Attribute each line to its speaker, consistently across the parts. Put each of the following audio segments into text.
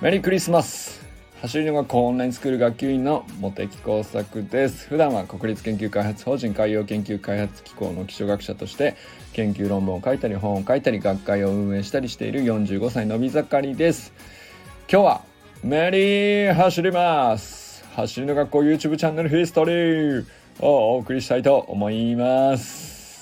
Speaker 1: メリークリスマス。走りの学校オンラインスクール学級委員の茂木耕作です。普段は国立研究開発法人海洋研究開発機構の基礎学者として研究論文を書いたり本を書いたり学会を運営したりしている45歳のび盛りです。今日はメリー走ります。走りの学校 YouTube チャンネルヒストリーをお送りしたいと思います。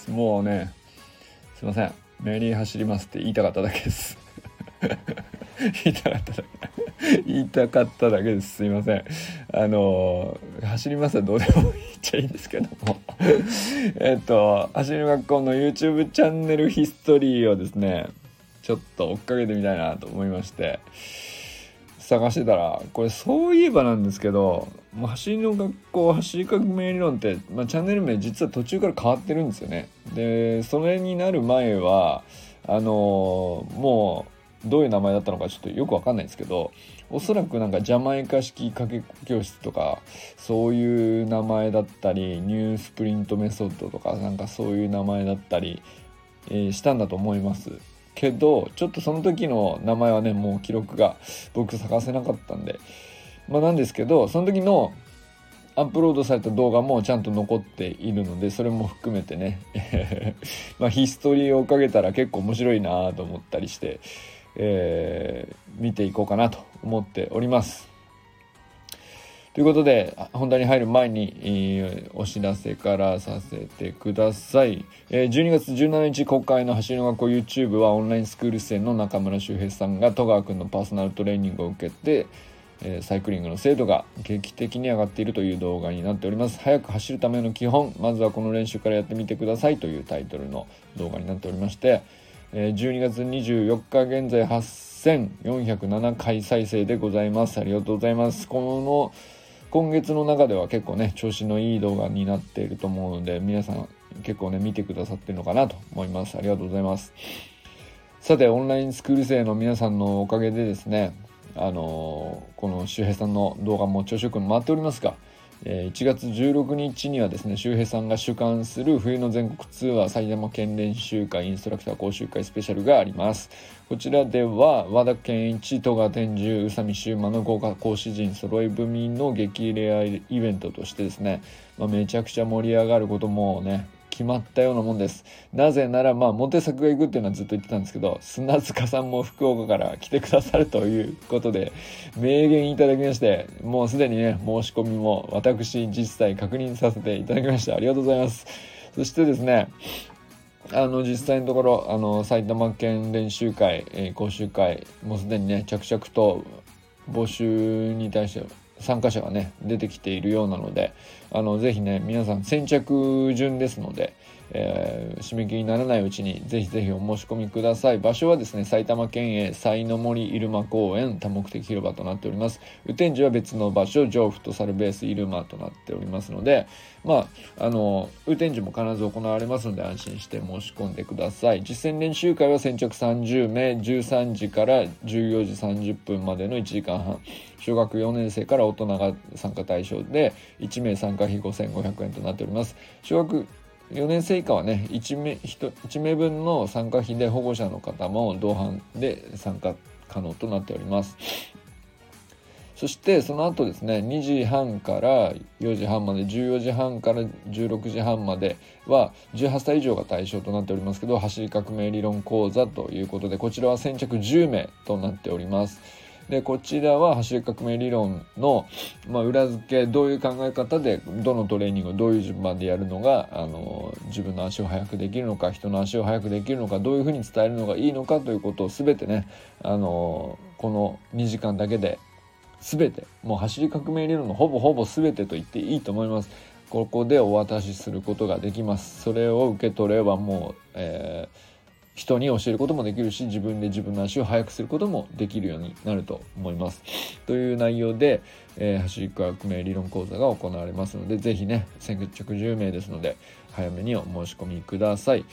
Speaker 1: もうね、すいません、メリー走りますって言いたかっただけです言いたかっただけです。すいません。走りますはどうでもいいっちゃいいんですけども走りの学校の YouTube チャンネルヒストリーをですね、ちょっと追っかけてみたいなと思いまして探してたら、これそういえばなんですけど、走りの学校走り革命理論って、チャンネル名実は途中から変わってるんですよね。でそれになる前はもうどういう名前だったのかちょっとよくわかんないんですけど、おそらくなんかジャマイカ式かけ教室とかそういう名前だったり、ニュースプリントメソッドとかなんかそういう名前だったり、したんだと思いますけど、ちょっとその時の名前はね、もう記録が僕探せなかったんで、なんですけど、その時のアップロードされた動画もちゃんと残っているので、それも含めてねヒストリーをかけたら結構面白いなと思ったりして、見ていこうかなと思っております。ということで本題に入る前に、お知らせからさせてください。12月17日公開の走りの学校 YouTube はオンラインスクール生の中村修平さんが戸川くんのパーソナルトレーニングを受けてサイクリングの精度が劇的に上がっているという動画になっております。早く走るための基本、まずはこの練習からやってみてくださいというタイトルの動画になっておりまして、12月24日現在8407回再生でございます。ありがとうございます。今月の中では結構ね調子のいい動画になっていると思うので、皆さん結構ね見てくださってるのかなと思います。ありがとうございます。さて、オンラインスクール生の皆さんのおかげでですね、この周平さんの動画も調子よく回っておりますが、1月16日にはですね、周平さんが主管する冬の全国ツアー埼玉県練習会インストラクター講習会スペシャルがあります。こちらでは和田健一、戸川天寿、宇佐美修馬の豪華講師陣揃い踏みの激レアイベントとしてですね、めちゃくちゃ盛り上がることもね決まったようなもんです。なぜならモテ作が行くっていうのはずっと言ってたんですけど、砂塚さんも福岡から来てくださるということで明言いただきまして、もうすでにね申し込みも私実際確認させていただきました。ありがとうございます。そしてですね、実際のところ埼玉県練習会、講習会もうすでにね着々と募集に対して参加者がね出てきているようなので、ぜひね皆さん先着順ですので、締め切りにならないうちにぜひぜひお申し込みください。場所はですね、埼玉県営西の森入間公園多目的広場となっております。雨天時は別の場所、上フットサルベース入間となっておりますので、雨天時も必ず行われますので安心して申し込んでください。実践練習会は先着30名、13時から14時30分までの1時間半、小学4年生から大人が参加対象で1名参加費5500円となっております。小学4年生以下はね1名分の参加費で保護者の方も同伴で参加可能となっております。そしてその後ですね、2時半から4時半まで、14時半から16時半までは18歳以上が対象となっておりますけど、走り革命理論講座ということで、こちらは先着10名となっております。でこちらは走り革命理論の、裏付け、どういう考え方でどのトレーニングをどういう順番でやるのが自分の足を速くできるのか、人の足を速くできるのか、どういうふうに伝えるのがいいのかということを全てね、この2時間だけで全て、もう走り革命理論のほぼ全てと言っていいと思います。ここでお渡しすることができます。それを受け取ればもう、人に教えることもできるし、自分で自分の足を速くすることもできるようになると思いますという内容で、走り革命理論講座が行われますので、ぜひね先着10名ですので早めにお申し込みください。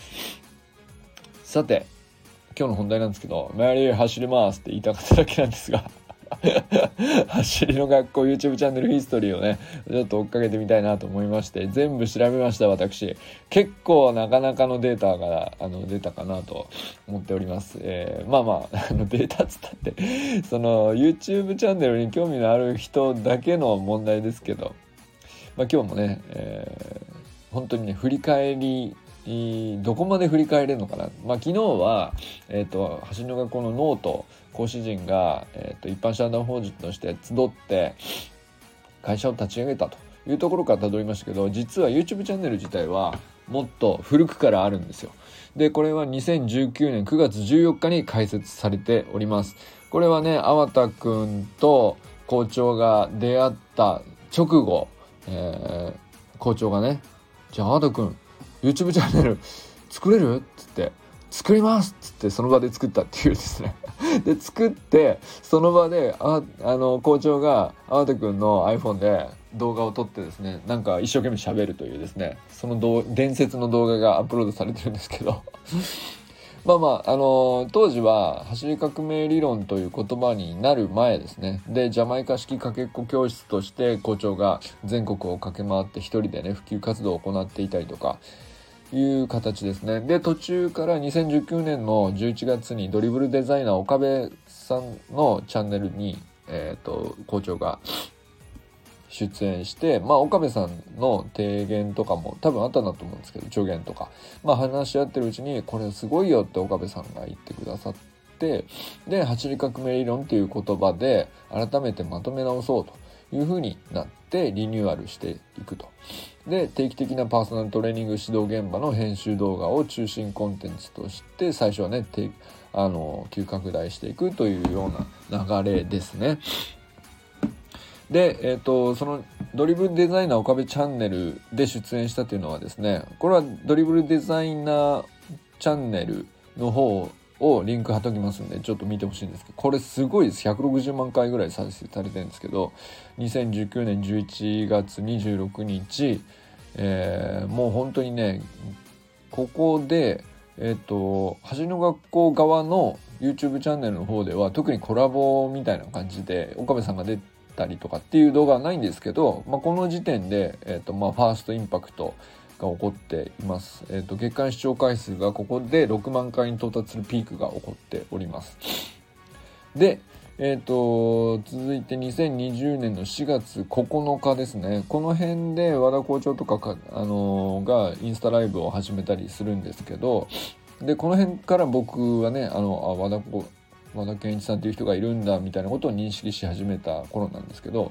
Speaker 1: さて、今日の本題なんですけど、メリー走りますって言いたかっただけなんですが走りの学校 YouTube チャンネルヒストリーをねちょっと追っかけてみたいなと思いまして、全部調べました。私結構なかなかのデータが出たかなと思っております。まあまあデータっつったってその YouTube チャンネルに興味のある人だけの問題ですけど、まあ今日もね、本当にね振り返りどこまで振り返れるのかな。昨日は、走りの学校のノート講師陣が、一般社団法人として集って会社を立ち上げたというところからたどりましたけど、実は YouTube チャンネル自体はもっと古くからあるんですよ。でこれは2019年9月14日に開設されております。これはね粟田くんと校長が出会った直後、校長がね、じゃあ粟田くんYouTube チャンネル作れるっつって、作りますっつってその場で作ったっていうですねで作ってその場で校長が粟田くんの iPhone で動画を撮ってですね、なんか一生懸命喋るというですね、その伝説の動画がアップロードされてるんですけど当時は走り革命理論という言葉になる前ですね。でジャマイカ式かけっこ教室として校長が全国を駆け回って一人でね普及活動を行っていたりとかいう形ですね。で途中から2019年の11月にドリブルデザイナー岡部さんのチャンネルに、校長が出演して、岡部さんの提言とかも多分あったんだと思うんですけど、助言とか話し合ってるうちにこれすごいよって岡部さんが言ってくださって、で走り革命理論っていう言葉で改めてまとめ直そうという風になってリニューアルしていくと。で定期的なパーソナルトレーニング指導現場の編集動画を中心コンテンツとして最初はね急拡大していくというような流れですね。で、そのドリブルデザイナー岡部チャンネルで出演したというのはですね、これはドリブルデザイナーチャンネルの方をリンク貼っときますんでちょっと見てほしいんですけど、これすごいです160万回ぐらい再生されてるんですけど、2019年11月26日、もう本当にねここで走りの学校側の YouTube チャンネルの方では特にコラボみたいな感じで岡部さんが出たりとかっていう動画はないんですけど、この時点で、ファーストインパクトが起こっています。月間視聴回数がここで6万回に到達するピークが起こっております。で、続いて2020年の4月9日ですね。この辺で和田校長とかがインスタライブを始めたりするんですけど、でこの辺から僕はね和田健一さんっていう人がいるんだみたいなことを認識し始めた頃なんですけど、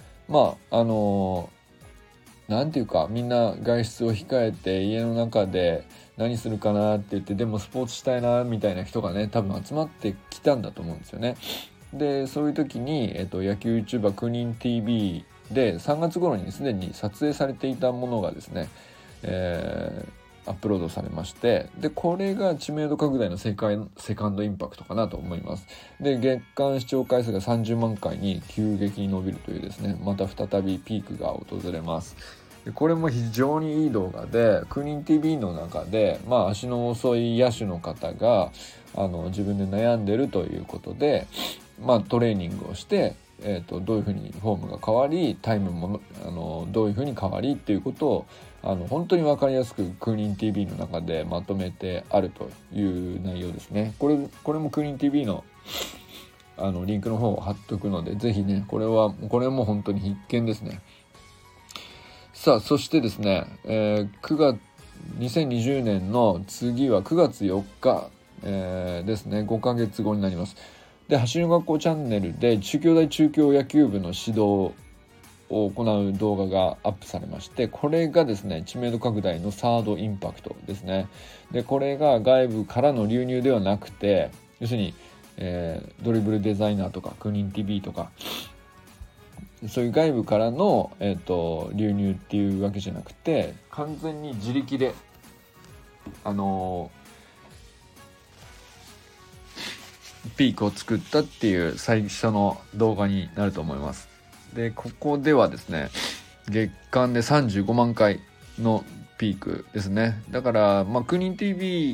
Speaker 1: なんていうかみんな外出を控えて家の中で何するかなって言って、でもスポーツしたいなみたいな人がね多分集まってきたんだと思うんですよね。でそういう時に、野球 YouTuber 9人 TV で3月頃にすでに撮影されていたものがですね、アップロードされまして、でこれが知名度拡大のセカンドインパクトかなと思います。で月間視聴回数が30万回に急激に伸びるというですね、また再びピークが訪れます。でこれも非常にいい動画で、9人 TV の中で、足の遅い野手の方が自分で悩んでるということで、トレーニングをしてどういうふうにフォームが変わりタイムもどういうふうに変わりっていうことを本当に分かりやすく9人 TV の中でまとめてあるという内容ですね。これも9人 TV のリンクの方を貼っとくのでぜひね、これも本当に必見ですね。さあそしてですね、2020年の次は9月4日、ですね、5ヶ月後になります。で走りの学校チャンネルで中京大中京野球部の指導を行う動画がアップされまして、これがですね知名度拡大のサードインパクトですね。でこれが外部からの流入ではなくて、要するに、ドリブルデザイナーとか9人 TV とかそういう外部からの、流入っていうわけじゃなくて、完全に自力でピークを作ったっていう最初の動画になると思います。でここではですね月間で35万回のピークですね。だから9人 TV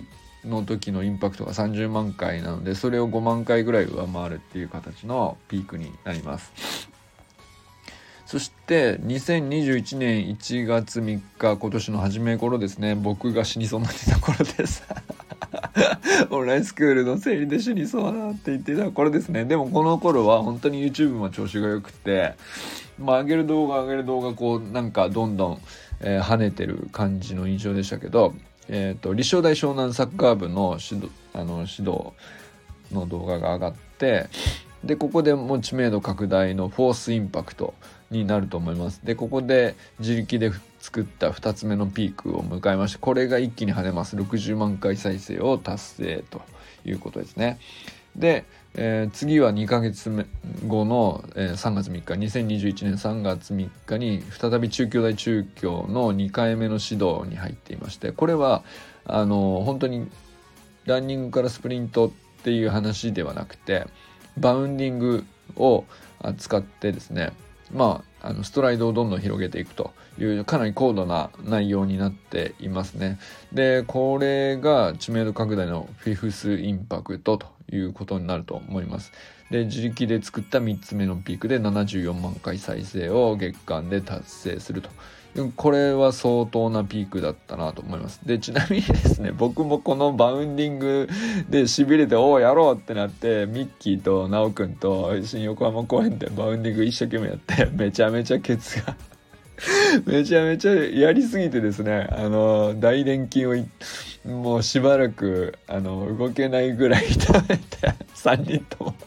Speaker 1: の時のインパクトが30万回なので、それを5万回ぐらい上回るっていう形のピークになります。そして2021年1月3日、今年の初め頃ですね、僕が死にそうになってた頃ですオンラインスクールの整理で死にそうだなって言ってた頃ですね。でもこの頃は本当に YouTube も調子が良くて、上げる動画こうなんかどんどん、跳ねてる感じの印象でしたけど、立正大湘南サッカー部の指導の動画が上がって、でここでもう知名度拡大のフォースインパクトになると思います。でここで自力で作った2つ目のピークを迎えまして、これが一気に跳ねます。60万回再生を達成ということですね。で、次は2ヶ月後の、3月3日2021年3月3日に再び中京大中京の2回目の指導に入っていまして、これは本当にランニングからスプリントっていう話ではなくて、バウンディングを使ってですね、ストライドをどんどん広げていくというかなり高度な内容になっていますね。でこれが知名度拡大のフィフスインパクトということになると思います。で自力で作った3つ目のピークで74万回再生を月間で達成すると、これは相当なピークだったなと思います。でちなみにですね、僕もこのバウンディングで痺れてやろうってなって、ミッキーとナオくんと新横浜公園でバウンディング一生懸命やって、めちゃめちゃケツがめちゃめちゃやりすぎてですね、大臀筋をもうしばらく動けないぐらい痛めて3人とも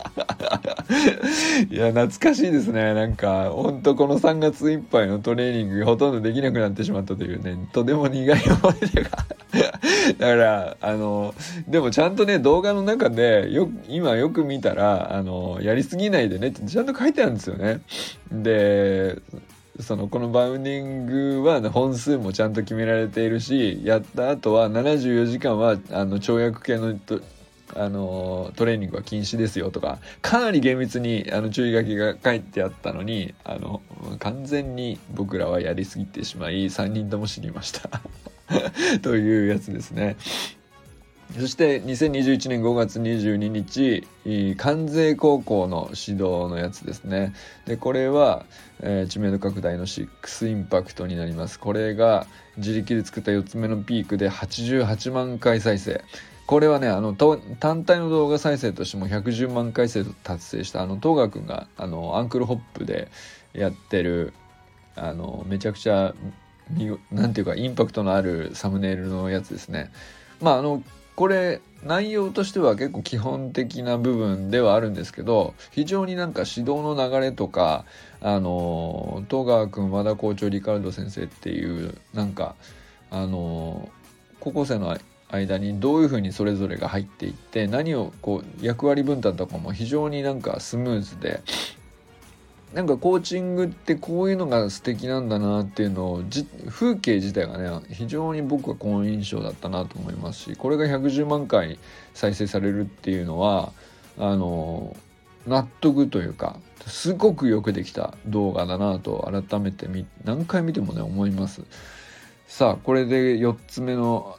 Speaker 1: いや懐かしいですね。なんかほんとこの3月いっぱいのトレーニングがほとんどできなくなってしまったというね、とても苦い思い出がだからでもちゃんとね、動画の中で今よく見たらやりすぎないでねってちゃんと書いてあるんですよね。でこのバウンディングは本数もちゃんと決められているし、やった後は74時間は跳躍系のトレーニングは禁止ですよとか、かなり厳密に注意書きが書いてあったのに、完全に僕らはやりすぎてしまい3人とも死にましたというやつですね。そして2021年5月22日関西高校の指導のやつですね。でこれは、知名度拡大の6インパクトになります。これが自力で作った4つ目のピークで88万回再生。これはね単体の動画再生としても110万回再生達成した東川くんがアンクルホップでやってるめちゃくちゃなんていうかインパクトのあるサムネイルのやつですね。これ内容としては結構基本的な部分ではあるんですけど、非常になんか指導の流れとか戸川君、和田校長、リカルド先生っていうなんか高校生の間にどういうふうにそれぞれが入っていって、何をこう役割分担とかも非常になんかスムーズで、なんかコーチングってこういうのが素敵なんだなっていうのを風景自体がね非常に僕は好印象だったなと思いますし、これが110万回再生されるっていうのは納得というか、すごくよくできた動画だなと改めて何回見てもね思います。さあこれで4つ目の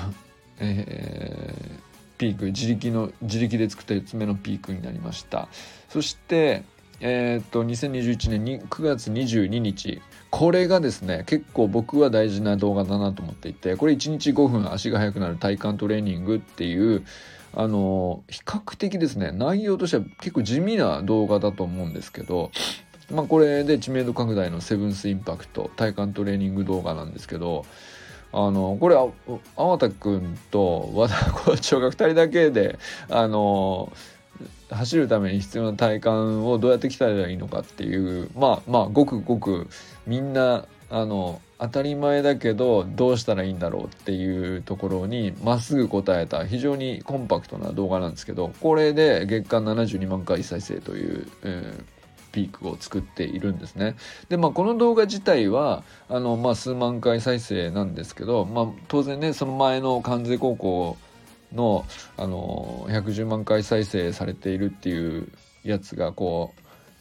Speaker 1: ピーク、自力で作った4つ目のピークになりました。そして2021年9月22日、これがですね結構僕は大事な動画だなと思っていて、これ1日5分足が速くなる体幹トレーニングっていう比較的ですね内容としては結構地味な動画だと思うんですけど、これで知名度拡大のセブンスインパクト体幹トレーニング動画なんですけど、これ粟田くんと和田校長が2人だけで走るために必要な体幹をどうやって鍛えたらいいのかっていうごくごくみんな当たり前だけどどうしたらいいんだろうっていうところにまっすぐ答えた非常にコンパクトな動画なんですけど、これで月間72万回再生という、ピークを作っているんですね。でこの動画自体は数万回再生なんですけど、当然ねその前の関西高校の110万回再生されているっていうやつがこう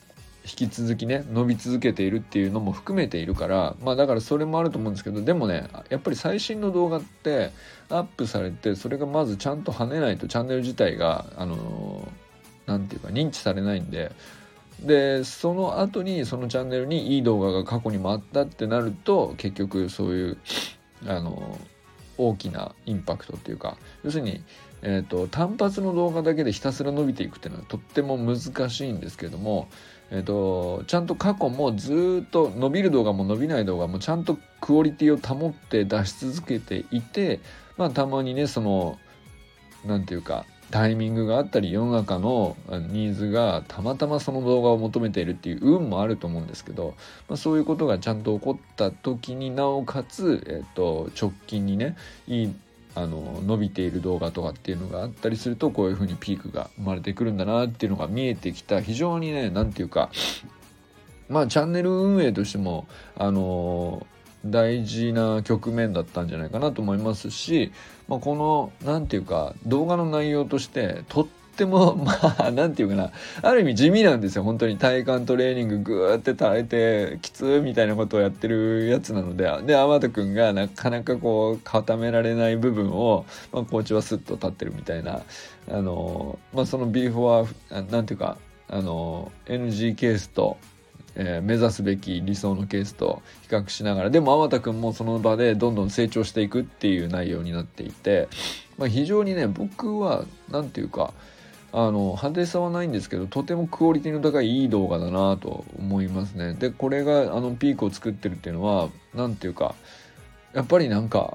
Speaker 1: 引き続きね伸び続けているっていうのも含めているから、だからそれもあると思うんですけど、でもねやっぱり最新の動画ってアップされて、それがまずちゃんと跳ねないとチャンネル自体がなんていうか認知されないんでその後にそのチャンネルにいい動画が過去にもあったってなると、結局そういう大きなインパクトっていうか、要するに単発の動画だけでひたすら伸びていくっていうのはとっても難しいんですけれども、ちゃんと過去もずっと伸びる動画も伸びない動画もちゃんとクオリティを保って出し続けていて、たまにねそのなんていうかタイミングがあったり世の中のニーズがたまたまその動画を求めているっていう運もあると思うんですけど、そういうことがちゃんと起こった時になおかつ、直近にねいい伸びている動画とかっていうのがあったりすると、こういう風にピークが生まれてくるんだなっていうのが見えてきた、非常にねなんていうかチャンネル運営としても大事な局面だったんじゃないかなと思いますし、このなんていうか動画の内容としてとってもなんていうかな、ある意味地味なんですよ。本当に体幹トレーニングぐーって耐えてきつみたいなことをやってるやつなので、あまたくんがなかなかこう固められない部分を、コーチはスッと立ってるみたいな、そのビーフォアなんていうかNG ケースと目指すべき理想のケースと比較しながら、でもあまたくんもその場でどんどん成長していくっていう内容になっていて、非常にね僕はなんていうか派手さはないんですけど、とてもクオリティの高いいい動画だなと思いますね。でこれがピークを作ってるっていうのはなんていうか、やっぱりなんか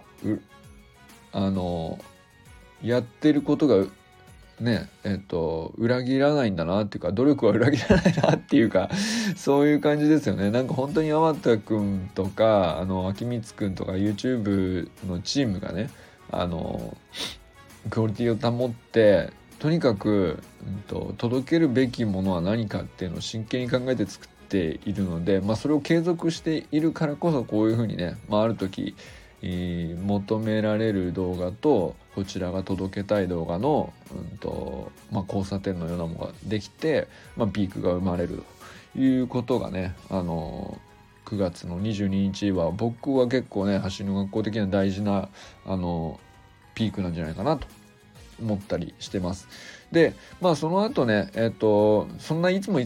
Speaker 1: やってることがね裏切らないんだなっていうか、努力は裏切らないなっていうかそういう感じですよね。なんか本当にあまたくんとか秋光くんとか YouTube のチームがねクオリティを保ってとにかく、届けるべきものは何かっていうのを真剣に考えて作っているので、それを継続しているからこそこういうふうにね、ある時求められる動画とこちらが届けたい動画の、交差点のようなものができて、ピークが生まれるということがね9月の22日は僕は結構ね走りの学校的には大事なピークなんじゃないかなと思ったりしてます。でその後ねそんないつも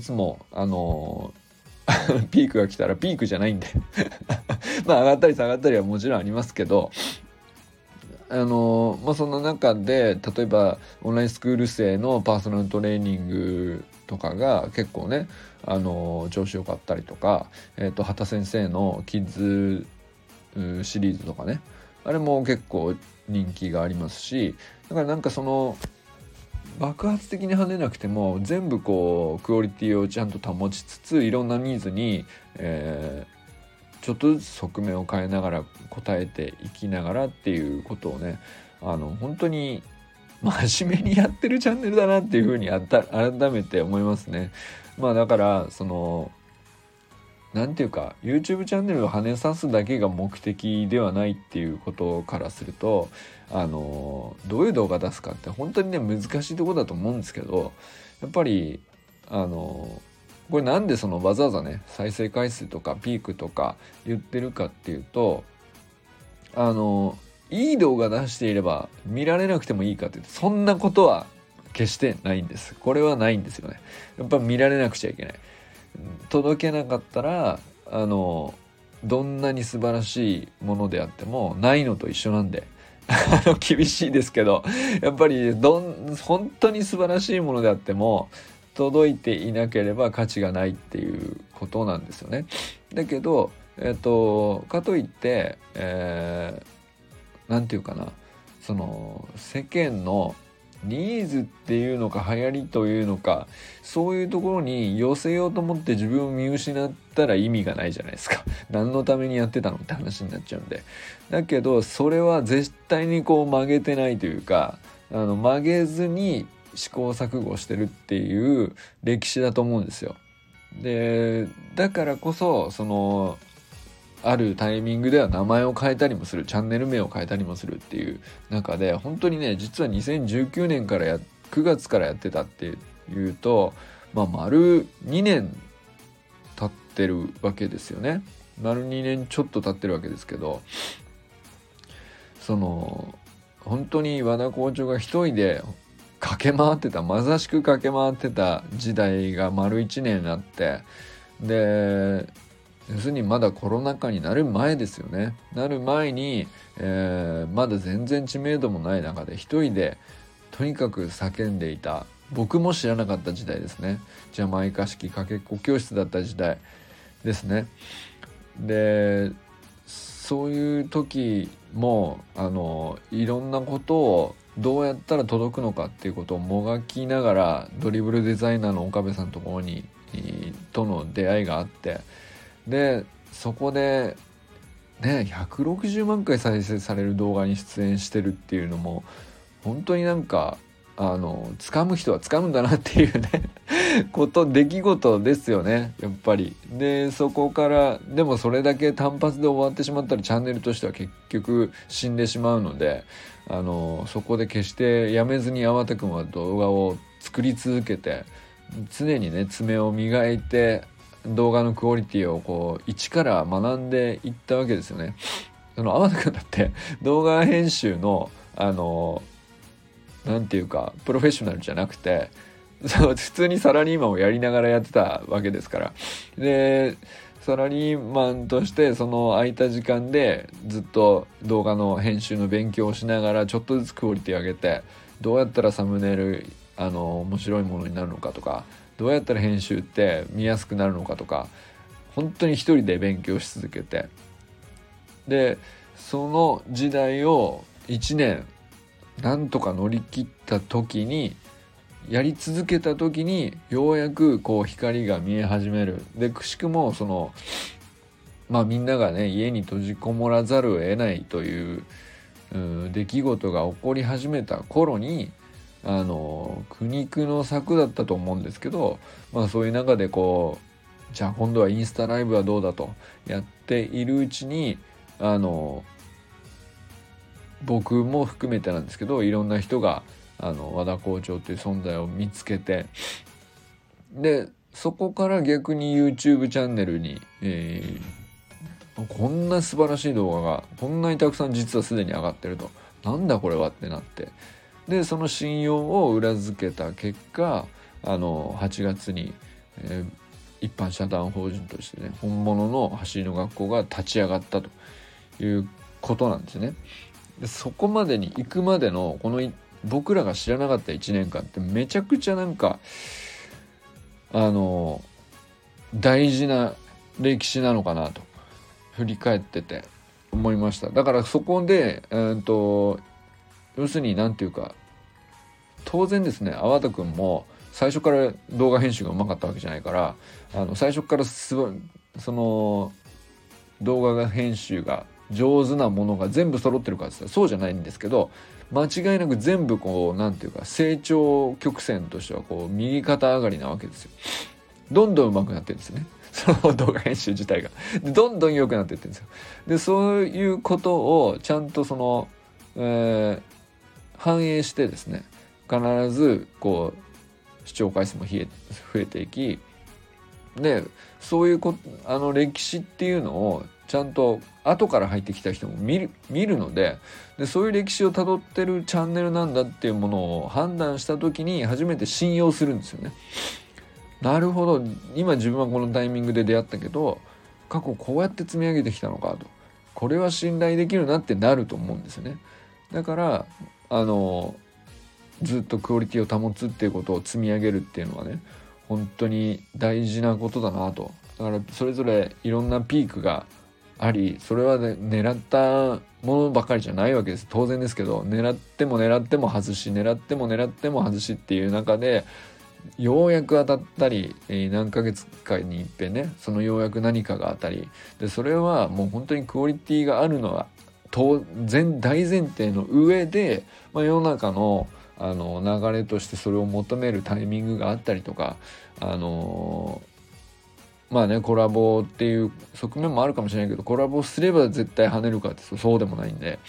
Speaker 1: ピークが来たらピークじゃないんで上がったり下がったりはもちろんありますけど、そんな中で例えばオンラインスクール生のパーソナルトレーニングとかが結構ね調子良かったりとか、畑先生のキッズシリーズとかね、あれも結構人気がありますし、だからなんかその爆発的に跳ねなくても全部こうクオリティをちゃんと保ちつつ、いろんなニーズに、ちょっとずつ側面を変えながら答えていきながらっていうことをね本当に真面目にやってるチャンネルだなっていうふうに改めて思いますね。だからそのなんていうか YouTube チャンネルを跳ねさすだけが目的ではないっていうことからするとどういう動画出すかって本当にね難しいところだと思うんですけど、やっぱりこれなんでそのわざわざね再生回数とかピークとか言ってるかっていうといい動画出していれば見られなくてもいいかっていうと、そんなことは決してないんです。これはないんですよね。やっぱ見られなくちゃいけない。届けなかったらどんなに素晴らしいものであってもないのと一緒なんで厳しいですけど、やっぱり本当に素晴らしいものであっても届いていなければ価値がないっていうことなんですよね。だけどかといってなんていうかな、その世間のニーズっていうのか流行りというのか、そういうところに寄せようと思って自分を見失ったら意味がないじゃないですか。何のためにやってたのって話になっちゃうんで。だけどそれは絶対にこう曲げてないというか曲げずに試行錯誤してるっていう歴史だと思うんですよ。でだからこそそのあるタイミングでは名前を変えたりもする、チャンネル名を変えたりもするっていう中で、本当にね実は2019年から9月からやってたっていうと丸2年ってるわけですよね。丸2年ちょっと経ってるわけですけど、本当に和田校長が一人で駆け回ってた、まさしく駆け回ってた時代が丸1年になって、で要するにまだコロナ禍になる前ですよね。なる前に、まだ全然知名度もない中で一人でとにかく叫んでいた、僕も知らなかった時代ですね。ジャマイカ式かけっこ教室だった時代ですね。でそういう時もいろんなことをどうやったら届くのかっていうことをもがきながら、ドリブルデザイナーの岡部さんところにとの出会いがあって、でそこでね160万回再生される動画に出演してるっていうのも本当になんか掴む人は掴むんだなっていうね出来事ですよね、やっぱり。でそこからでもそれだけ単発で終わってしまったらチャンネルとしては結局死んでしまうので、そこで決してやめずに粟田くんは動画を作り続けて、常にね爪を磨いて動画のクオリティをこう一から学んでいったわけですよね。粟田くんだって動画編集のなんていうかプロフェッショナルじゃなくて、普通にサラリーマンをやりながらやってたわけですから。でサラリーマンとしてその空いた時間でずっと動画の編集の勉強をしながらちょっとずつクオリティ上げて、どうやったらサムネイル面白いものになるのかとか、どうやったら編集って見やすくなるのかとか、本当に一人で勉強し続けて、でその時代を1年なんとか乗り切った時に、やり続けた時にようやくこう光が見え始める。でくしくもみんながね家に閉じこもらざるを得ないという出来事が起こり始めた頃に苦肉の策だったと思うんですけど、そういう中でこうじゃあ今度はインスタライブはどうだとやっているうちに僕も含めてなんですけど、いろんな人が和田校長という存在を見つけて、でそこから逆に YouTube チャンネルに、こんな素晴らしい動画がこんなにたくさん実はすでに上がってると、なんだこれはってなって、でその信用を裏付けた結果8月に、一般社団法人としてね本物の走りの学校が立ち上がったということなんですね。でそこまでに行くまでのこの僕らが知らなかった1年間ってめちゃくちゃなんか大事な歴史なのかなと振り返ってて思いました。だからそこで要するになんていうか、当然ですね粟田くんも最初から動画編集がうまかったわけじゃないから、最初からその動画編集が上手なものが全部揃ってるかって言ったらそうじゃないんですけど、間違いなく全部こうなんていうか成長曲線としてはこう右肩上がりなわけですよ。どんどん上手くなってるんですよね、その動画編集自体が。でどんどん良くなっていってるんですよ。でそういうことをちゃんと反映してですね、必ずこう視聴回数も増えていき、でそういう歴史っていうのをちゃんと後から入ってきた人も見るので、そういう歴史をたどってるチャンネルなんだっていうものを判断した時に初めて信用するんですよね。なるほど、今自分はこのタイミングで出会ったけど過去こうやって積み上げてきたのかと、これは信頼できるなってなると思うんですよね。だからずっとクオリティを保つっていうことを積み上げるっていうのはね本当に大事なことだなと。だからそれぞれいろんなピークがあり、それは、ね、狙ったものばかりじゃないわけです。当然ですけど、狙っても外し、狙っても外しっていう中でようやく当たったり、何ヶ月かに一遍ねそのようやく何かが当たりで、それはもう本当にクオリティがあるのは大前提の上で、世の中の流れとしてそれを求めるタイミングがあったりとか、コラボっていう側面もあるかもしれないけど、コラボすれば絶対跳ねるかってそうでもないんで、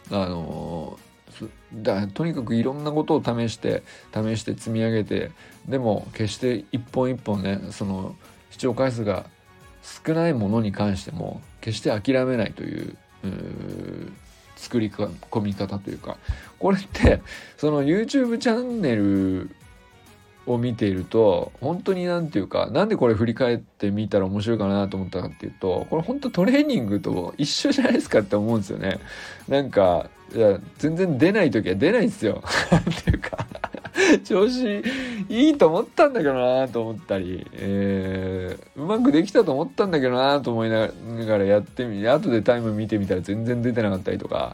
Speaker 1: とにかくいろんなことを試して積み上げて、でも決して一本一本ねその視聴回数が少ないものに関しても決して諦めないという、作り込み方というか、これってその YouTube チャンネルを見ていると本当になんていうか、なんでこれ振り返ってみたら面白いかなと思ったかっていうと、これ本当トレーニングと一緒じゃないですかって思うんですよね。なんかいや全然出ない時は出ないですよっていうか調子いいと思ったんだけどなと思ったり、うまくできたと思ったんだけどなと思いながらやってみて、後でタイム見てみたら全然出てなかったりとか、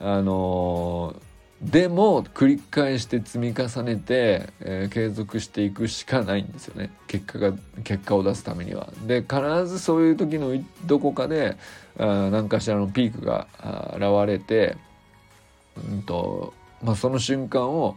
Speaker 1: でも繰り返して積み重ねて、継続していくしかないんですよね。結果を出すためには。で必ずそういう時のどこかで何かしらのピークが現れて、その瞬間を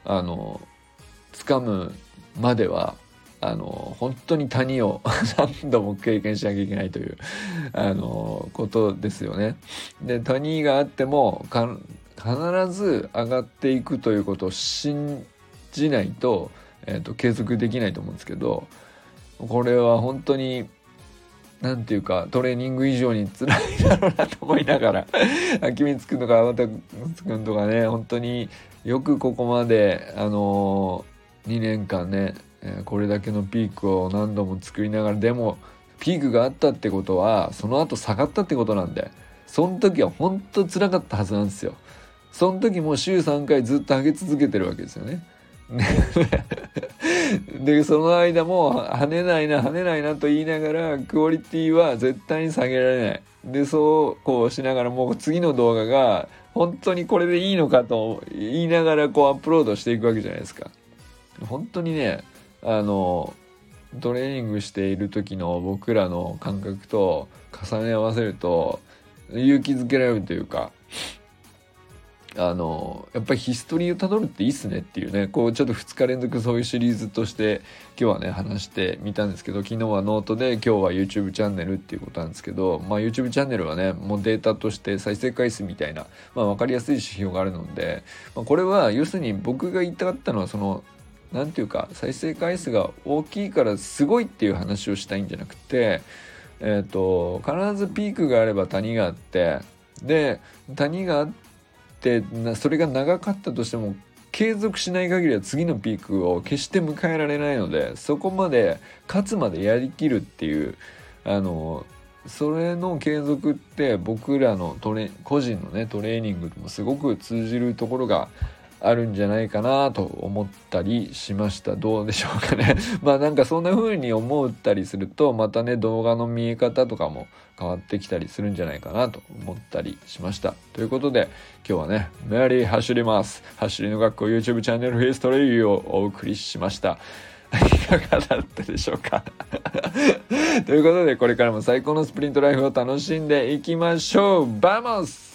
Speaker 1: 掴むまでは本当に谷を何度も経験しなきゃいけないということですよね。で谷があっても必ず上がっていくということを信じないと、継続できないと思うんですけど、これは本当になんていうかトレーニング以上に辛いだろうなと思いながら秋光くんとか天達くんとかね、本当によくここまで2年間ね、これだけのピークを何度も作りながら、でもピークがあったってことはその後下がったってことなんで、その時は本当辛かったはずなんですよ。その時も週3回ずっと上げ続けてるわけですよね。でその間も跳ねないなと言いながらクオリティは絶対に下げられない。でそうこうしながら、もう次の動画が本当にこれでいいのかと言いながらこうアップロードしていくわけじゃないですか。本当にねトレーニングしている時の僕らの感覚と重ね合わせると勇気づけられるというか、やっぱりヒストリーをたどるっていいっすねっていうね、こうちょっと2日連続そういうシリーズとして今日はね話してみたんですけど、昨日はノートで今日は YouTube チャンネルっていうことなんですけど、YouTube チャンネルはねもうデータとして再生回数みたいな、分かりやすい指標があるので、これは要するに僕が言いたかったのはなんていうか再生回数が大きいからすごいっていう話をしたいんじゃなくて、必ずピークがあれば谷があって、で谷があってそれが長かったとしても継続しない限りは次のピークを決して迎えられないので、そこまで勝つまでやりきるっていうそれの継続って僕らの個人のねトレーニングともすごく通じるところがあるんじゃないかなと思ったりしました。どうでしょうかねなんかそんな風に思ったりするとまたね動画の見え方とかも変わってきたりするんじゃないかなと思ったりしました。ということで今日はねメアリー走ります走りの学校 YouTube チャンネルフェイストレイをお送りしました。いかがだったでしょうかということでこれからも最高のスプリントライフを楽しんでいきましょう。バモス。